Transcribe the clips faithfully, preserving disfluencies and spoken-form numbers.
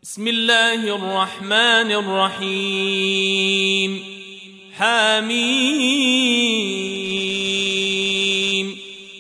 بسم الله الرحمن الرحيم حميم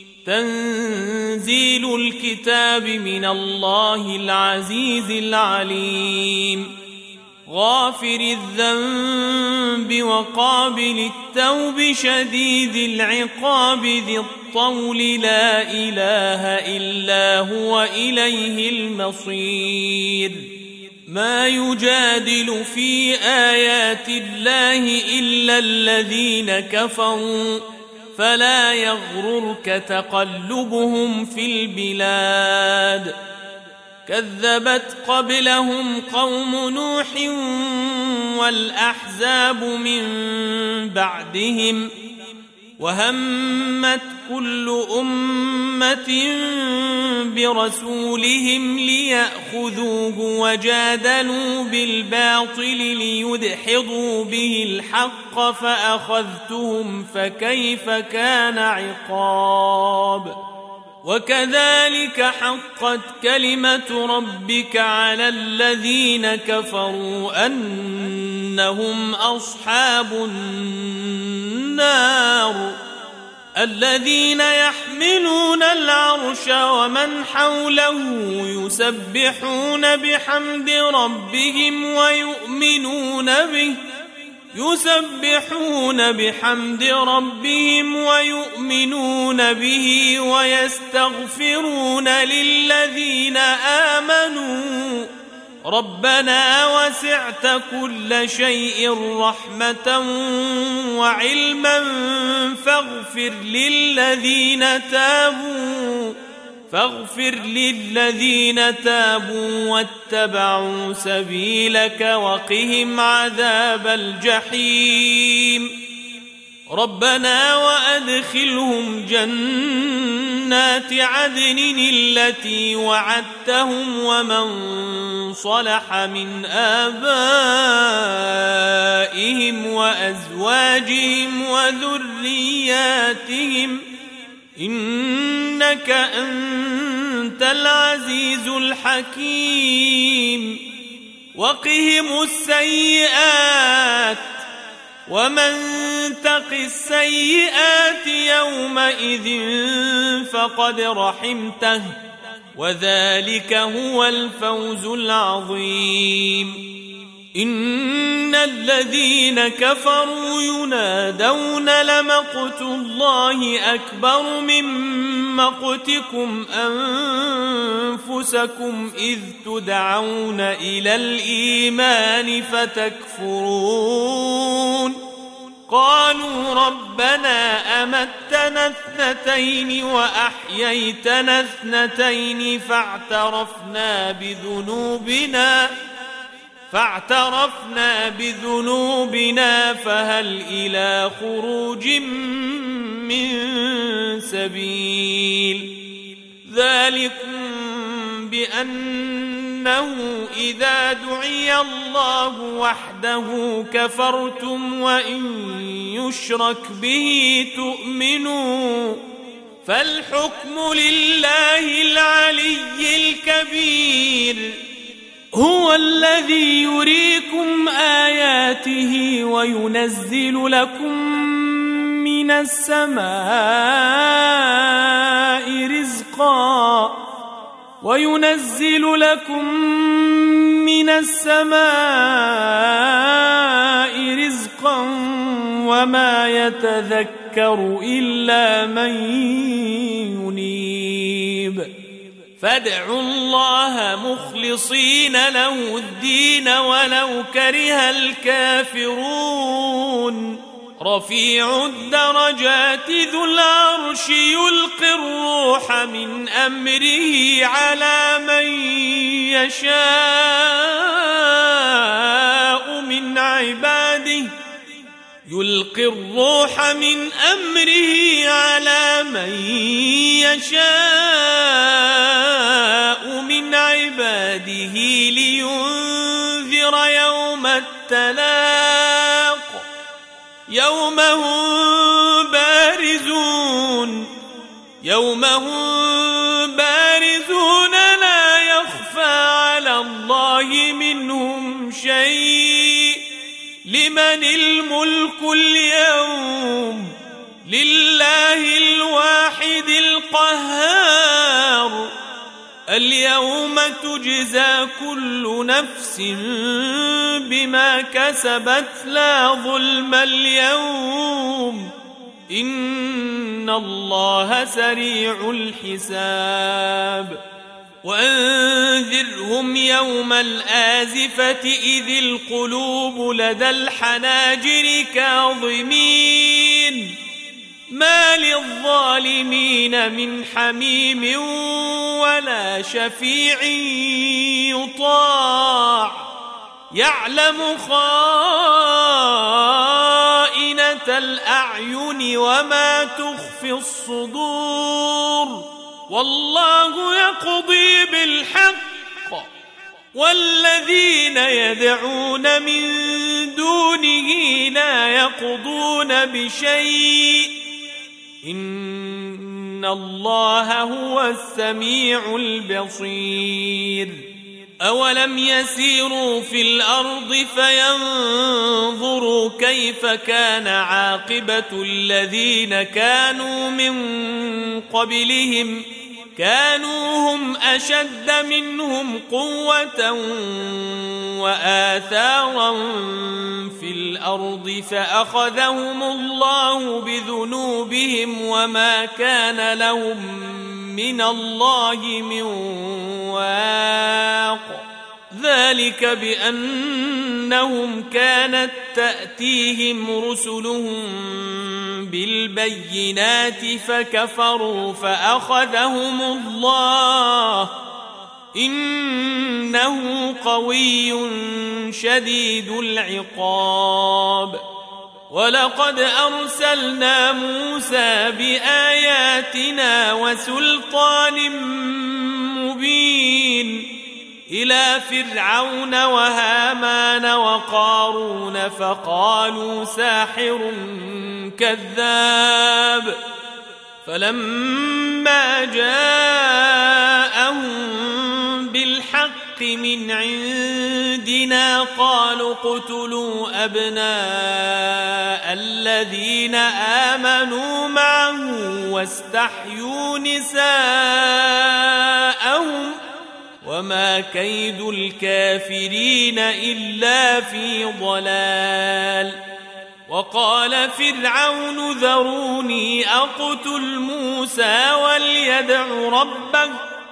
تنزيل الكتاب من الله العزيز العليم غافر الذنب وقابل التوب شديد العقاب ذي الطول لا إله إلا هو إليه المصير ما يجادل في آيات الله إلا الذين كفروا فلا يغررك تقلبهم في البلاد كذبت قبلهم قوم نوح والأحزاب من بعدهم وهمت كل أمة برسولهم ليأخذوه وجادلوا بالباطل ليدحضوا به الحق فأخذتهم فكيف كان عقاب وكذلك حقت كلمة ربك على الذين كفروا أنهم أصحاب النار الذين يحملون العرش ومن حوله يسبحون بحمد ربهم ويؤمنون به يسبحون بحمد ربهم ويؤمنون به ويستغفرون للذين آمنوا ربنا وسعت كل شيء رحمة وعلما فاغفر للذين تابوا فاغفر للذين تابوا واتبعوا سبيلك وقهم عذاب الجحيم ربنا وأدخلهم جنات عدن التي وعدتهم ومن صلح من آبائهم وأزواجهم وذرياتهم إنك أنت العزيز الحكيم وقهم السيئات ومن تق السيئات يومئذ فقد رحمته وذلك هو الفوز العظيم إن الذين كفروا ينادون لمقت الله أكبر من مقتكم أنفسكم إذ تدعون إلى الإيمان فتكفرون قالوا ربنا أمتنا اثنتين وأحييتنا اثنتين فاعترفنا بذنوبنا فاعترفنا بذنوبنا فهل إلى خروج من سبيل ذلكم بأنه إذا دعي الله وحده كفرتم وإن يشرك به تؤمنوا فالحكم لله العلي الكبير هو الذي يريكم آياته وينزل لكم من السماء رزقا وينزل لكم من السماء رزقا وما يتذكر إلا من ينيب فادعوا الله مخلصين له الدين ولو كره الكافرون رفيع الدرجات ذو العرش يلقي الروح من أمره على من يشاء من عباده يلقي الروح من أمره على من يشاء من عباده لينذر يوم التلاق يوم هم بارزون يوم هم بارزون لا يخفى على الله الله منهم شيء لمن الملك اليوم لله الواحد القهار اليوم تجزى كل نفس بما كسبت لا ظلم اليوم إن الله سريع الحساب وأنذرهم يوم الآزفة إذ القلوب لدى الحناجر كاظمين ما للظالمين من حميم ولا شفيع يطاع يعلم خائنة الأعين وما تخفي الصدور والله يقضي بالحق والذين يدعون من دونه لا يقضون بشيء إن الله هو السميع البصير أولم يسيروا في الأرض فينظروا كيف كان عاقبة الذين كانوا من قبلهم كانوا هم أشد منهم قوة وآثارا في الأرض فأخذهم الله بذنوبهم وما كان لهم من الله من واق ذلك بأنهم كانت تأتيهم رسلهم بالبينات فكفروا فأخذهم الله إنه قوي شديد العقاب ولقد أرسلنا موسى بآياتنا وسلطان مبين إلى فرعون وهامان وقارون فقالوا ساحر كذاب فلما جاءهم بالحق من عندنا قالوا اقتلوا أبناء الذين آمنوا معه واستحيوا نساءهم وما كيد الكافرين إلا في ضلال وقال فرعون ذروني أقتل موسى وليدع ربه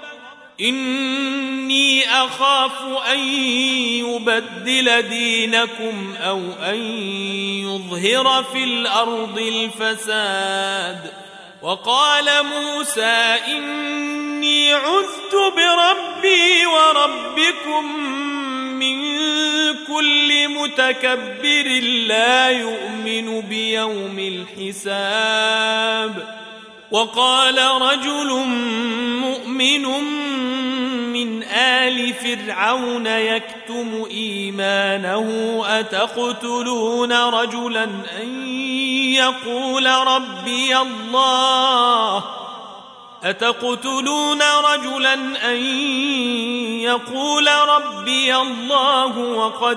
إني أخاف أن يبدل دينكم أو أن يظهر في الأرض الفساد وقال موسى إني عذت بربي وربكم من كل متكبر لا يؤمن بيوم الحساب وقال رجل مؤمن من آل فرعون يكتم إيمانه أتقتلون رجلا أن يقول ربي الله أتقتلون رجلا أن يقول ربي الله وقد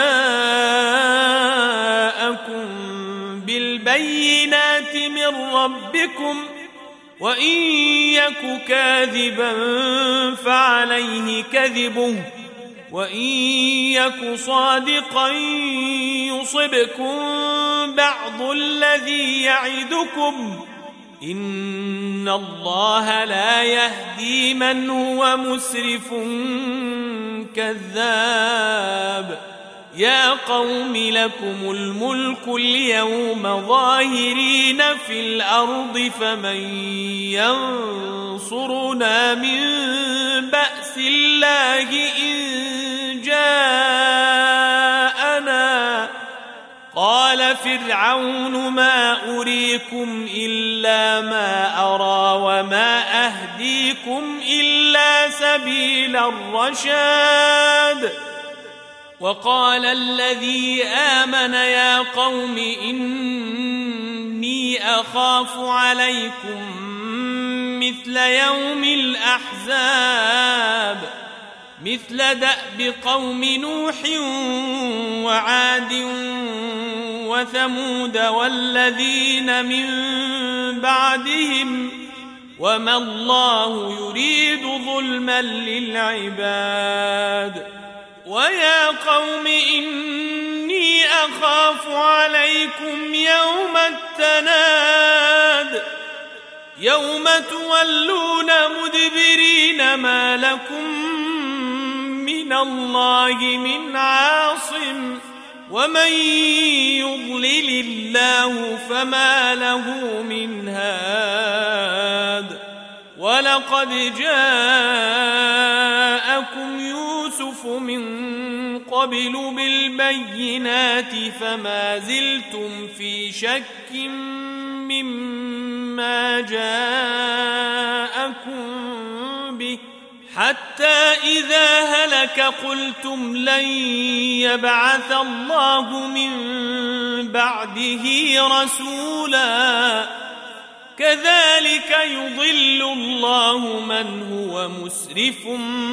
جاءكم بالبينات من ربكم وإن يك كاذبا فعليه كذبه وإن يك صادقا يصبكم بعض الذي يعدكم إن الله لا يهدي من هو مسرف كذاب يا قوم لكم الملك اليوم ظاهرين في الأرض فمن ينصرنا من بأس الله إن جاءنا قال فرعون ما أريكم إلا ما أرى وما أهديكم إلا سبيل الرشاد وقال الذي آمن يا قوم إني أخاف عليكم مثل يوم الأحزاب مثل دأب قوم نوح وعاد وثمود والذين من بعدهم وما الله يريد ظلما للعباد ويا قوم إني أخاف عليكم يوم التناد يوم تولون مدبرين ما لكم من الله من عاصم ومن يضلل الله فما له من هاد ولقد جاءكم يوسف من قبل بالبينات فما زلتم في شك مما جاءكم به حتى إذا هلك قلتم لن يبعث الله من بعده رسولا كذلك يضل الله من هو مسرف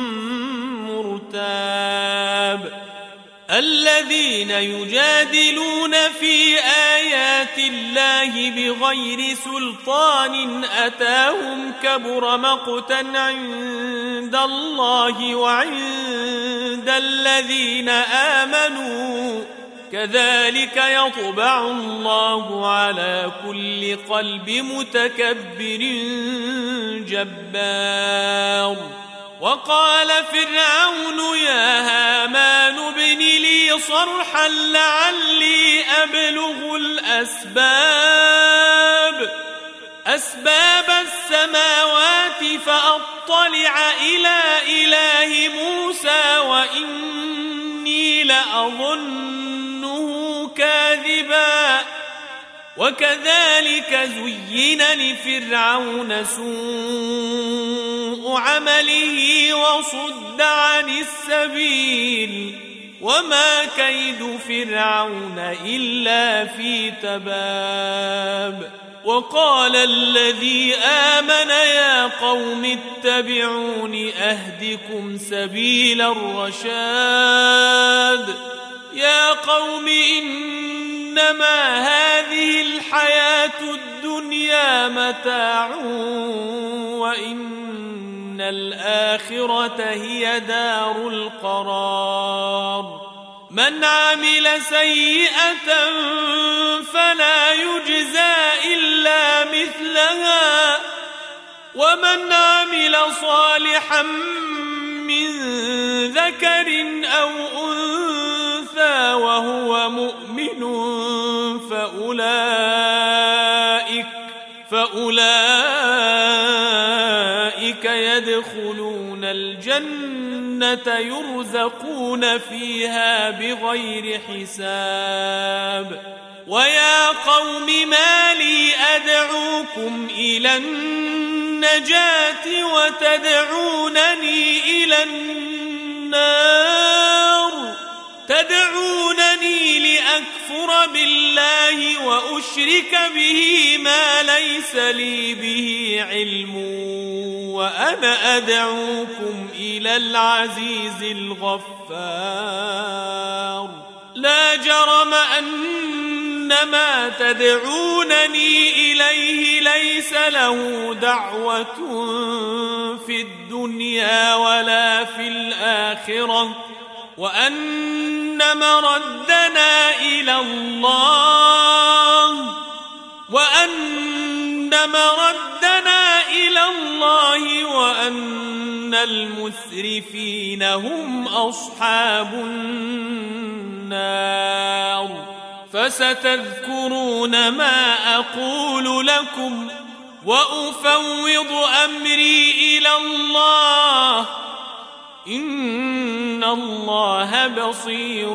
مرتاب الذين يجادلون في آيات الله بغير سلطان أتاهم كبر مقتا عند الله وعند الذين آمنوا كذلك يطبع الله على كل قلب متكبر جبار وقال فرعون يا هامان ابن لي صرحا لعلي أبلغ الأسباب أسباب السماوات فأطلع إلى إله موسى وإني لأظنه كاذبا وكذلك زين لفرعون سوء عمله وصد عن السبيل وما كيد فرعون إلا في تباب وقال الذي آمن يا قوم اتبعون أهدكم سبيل الرشاد يا قوم إنما هذه الحياة الدنيا متاع وإن الآخرة هي دار القرار من عمل سيئة فلا يجزى إلا مثلها ومن عمل صالحا من ذكر أو أنثى وهو مؤمن فأولئك فأولئك يدخلون الجنة يرزقون فيها بغير حساب ويا قوم ما لي أدعوكم إلى النجاة وتدعونني إلى النار تدعونني لأكفر بالله وأشرك به ما ليس لي به علم وأنا أدعوكم إلى العزيز الغفار لا جرم أن ما تدعونني إليه ليس له دعوة في الدنيا ولا في الآخرة وأن مردنا إلى الله وأن مردنا إلى الله وأن المسرفين هم أصحاب النار فستذكرون ما أقول لكم وأفوض أمري إلى الله إن الله بصير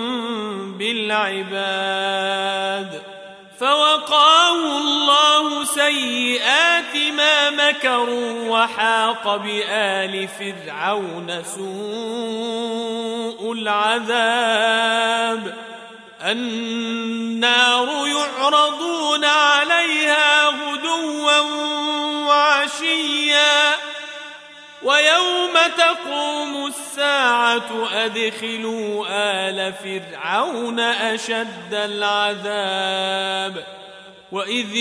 بالعباد فوقاه الله سيئات ما مكروا وحاق بآل فرعون سوء العذاب النار يعرضون عليها غدوا وعشيا ويوم تقوم الساعة أدخلوا آل فرعون أشد العذاب وإذ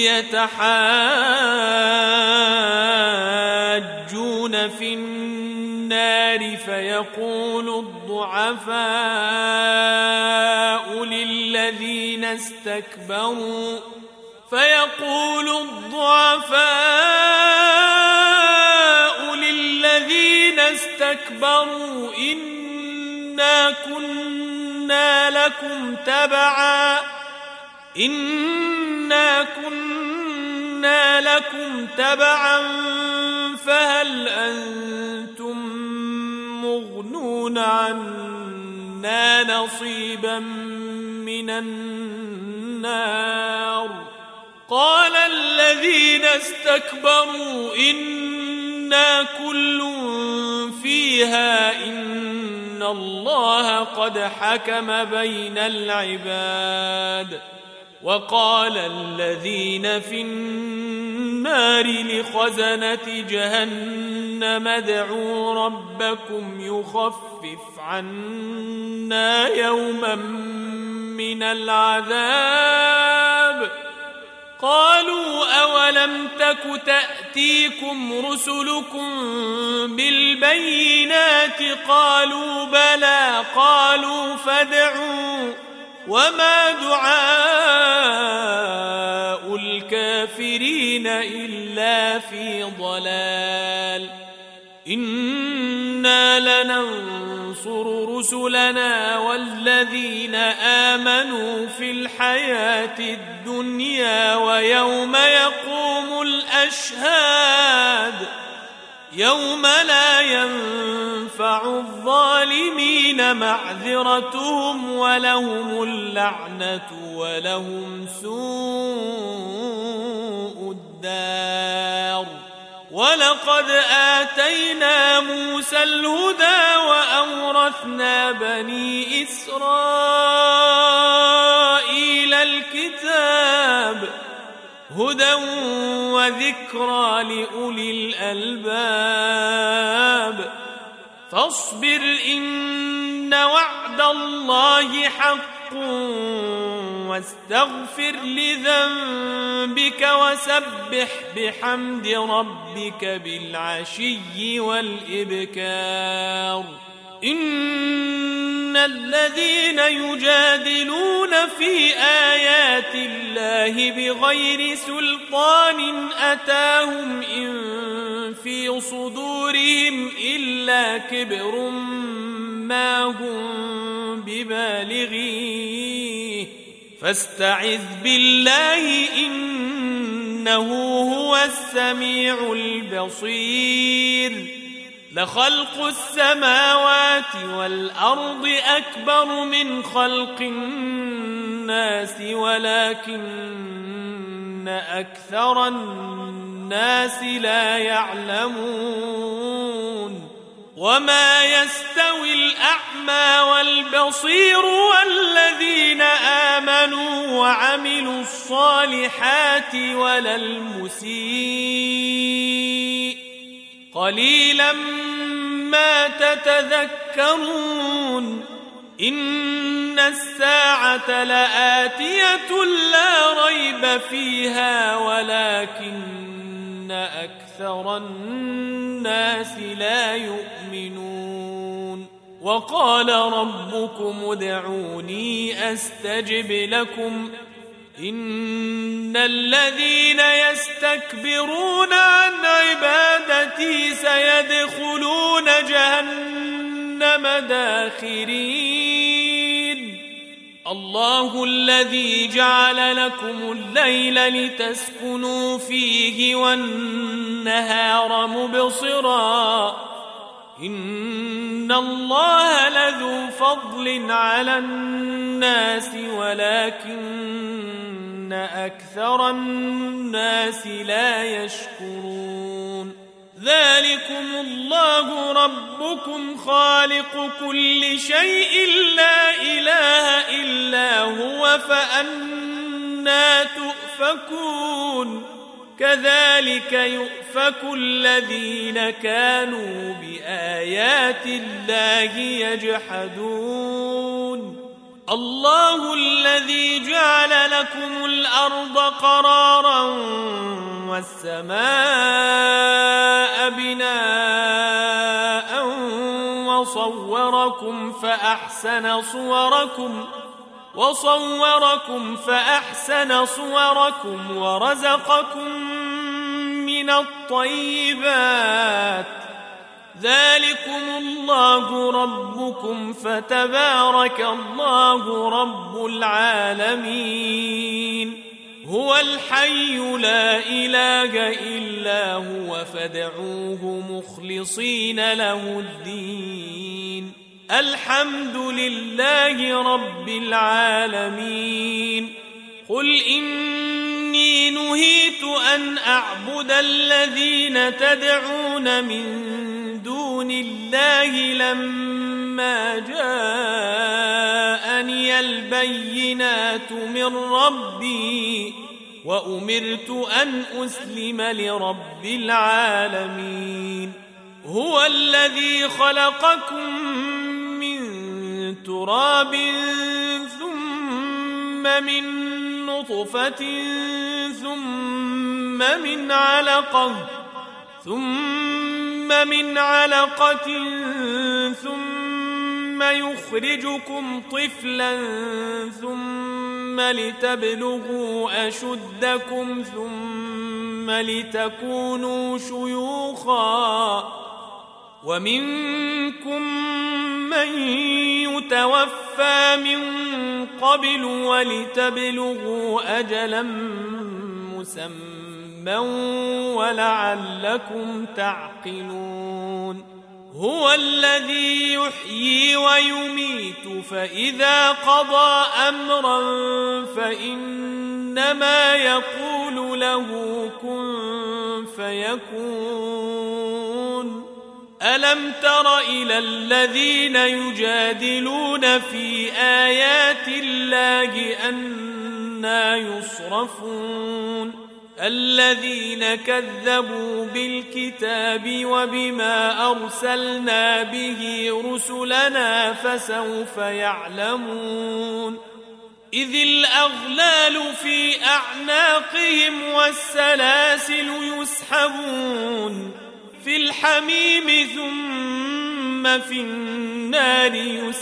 يتحاجون في النار فيقول الضعفاء للذين استكبروا فيقول الضعفاء للذين استكبروا إنا كنا لكم تبعا إنا كنا لكم تبعا فهل أنتم مغنون عنا نصيبا من النار قال الذين استكبروا إنا كل فيها إن الله قد حكم بين العباد وقال الذين في النار لخزنة جهنم ادعوا ربكم يخفف عنا يوما من العذاب قالوا أولم تك تأتيكم رسلكم بالبينات قالوا بلى قالوا فادعوا وما دعاء الكافرين إلا في ضلال إنا لننصر رسلنا والذين آمنوا في الحياة الدنيا ويوم يقوم الأشهاد يوم لا ينفع الظالمين معذرتهم ولهم اللعنة ولهم سوء الدار ولقد آتينا موسى الهدى وأورثنا بني إسرائيل الكتاب هدى وذكرى لأولي الألباب فاصبر إن وعد الله حق واستغفر لذنبك وسبح بحمد ربك بالعشي والإبكار إن الذين يجادلون في آيات الله بغير سلطان أتاهم إن في صدورهم إلا كبر ما هم ببالغيه فاستعذ بالله إنه هو السميع البصير لخلق السماوات والأرض أكبر من خلق الناس ولكن أكثر الناس لا يعلمون وما يستوي الأعمى والبصير والذين آمنوا وعملوا الصالحات ولا المسيء قليلا ما تتذكرون إن الساعة لآتية لا ريب فيها ولكن أكثر الناس لا يؤمنون وقال ربكم ادعوني أستجب لكم إن الذين يستكبرون عن عبادتي سيدخلون جهنم داخرين الله الذي جعل لكم الليل لتسكنوا فيه والنهار مبصرا إن الله لذو فضل على الناس ولكن أكثر الناس لا يشكرون ذلكم الله ربكم خالق كل شيء لا إله إلا هو فأنى تؤفكون كذلك يؤفك الذين كانوا بآيات الله يجحدون الله الذي جعل لكم الأرض قرارا والسماء بناء وصوركم فأحسن صوركم وصوركم فأحسن صوركم ورزقكم من الطيبات ذلكم الله ربكم فتبارك الله رب العالمين هو الحي لا إله إلا هو فادعوه مخلصين له الدين الحمد لله رب العالمين قل إني نهيت أن أعبد الذين تدعون من دون الله لما جاءني البينات من ربي وأمرت أن أسلم لرب العالمين هو الذي خلقكم من تراب ثم من نطفة ثم من علقة ثم من علقة ثم يخرجكم طفلا ثم لتبلغوا أشدكم ثم لتكونوا شيوخا ومنكم من يتوفى من قبل ولتبلغوا أجلا مسمى ولعلكم تعقلون هو الذي يحيي ويميت فإذا قضى أمرا فإنما يقول له كن فيكون ألم تر إلى الذين يجادلون في آيات الله أنى يصرفون الذين كذبوا بالكتاب وبما أرسلنا به رسلنا فسوف يعلمون إذ الأغلال في أعناقهم والسلاسل يسحبون في الحميم ثم في النار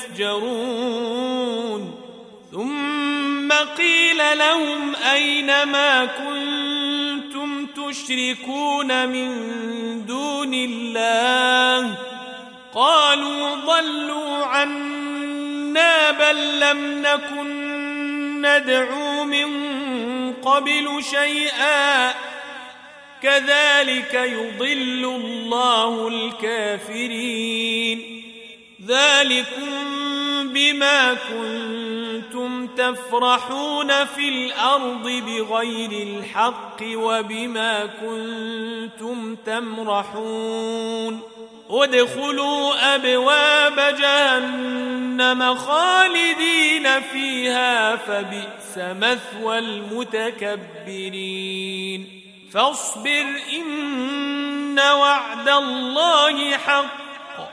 يسجرون ثم قيل لهم أين ما كنتم تشركون من دون الله قالوا ضلوا عنا بل لم نكن ندعو من قبل شيئا كذلك يضل الله الكافرين ذلكم بما كنتم تفرحون في الأرض بغير الحق وبما كنتم تمرحون ادخلوا أبواب جهنم خالدين فيها فبئس مثوى المتكبرين فاصبر إن وعد الله حق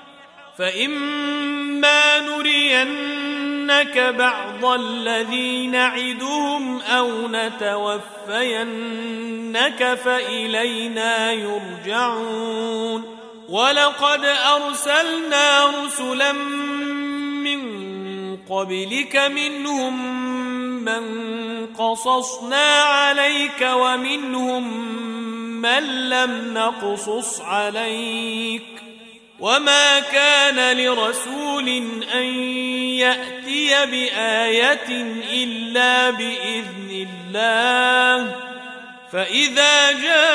فإما نرينك بعض الذي نعدهم أو نتوفينك فإلينا يرجعون ولقد أرسلنا رسلا من قبلك منهم من قصصنا عليك ومنهم من لم نقصص عليك وما كان لرسول أن يأتي بآية إلا بإذن الله فإذا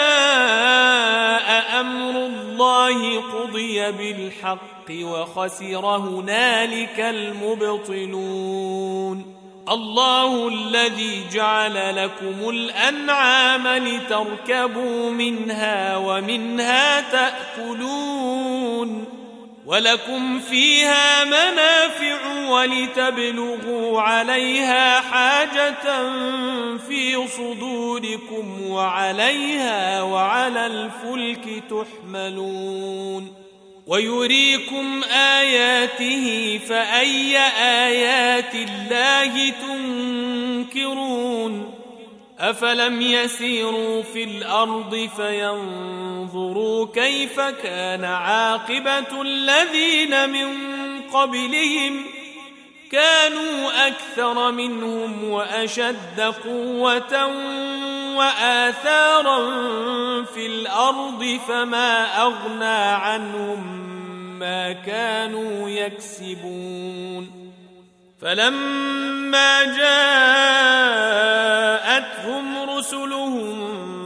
جاء أمر الله قضي بالحق وخسر هنالك المبطلون الله الذي جعل لكم الأنعام لتركبوا منها ومنها تأكلون ولكم فيها منافع ولتبلغوا عليها حاجة في صدوركم وعليها وعلى الفلك تحملون ويريكم آياته فأي آيات الله تنكرون أفلم يسيروا في الأرض فينظروا كيف كان عاقبة الذين من قبلهم كانوا أكثر منهم وأشد قوة وآثارا في الأرض فما أغنى عنهم ما كانوا يكسبون فلما جاءتهم رسلهم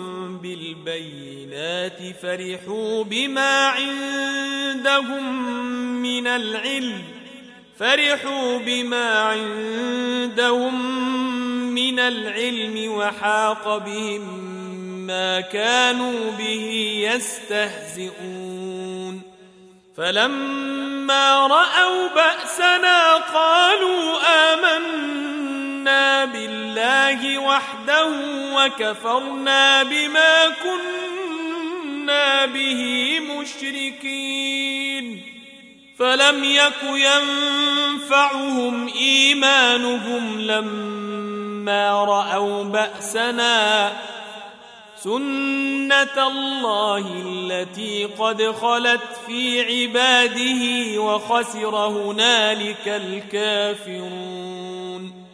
بالبينات فرحوا بما عندهم من العلم فرحوا بما عندهم من العلم وحاق بهم ما كانوا به يستهزئون فلما رأوا بأسنا قالوا آمنا بالله وحده وكفرنا بما كنا به مشركين فلم يك ينفعهم إيمانهم لما رأوا بأسنا سنة الله التي قد خلت في عباده وخسر هنالك الكافرون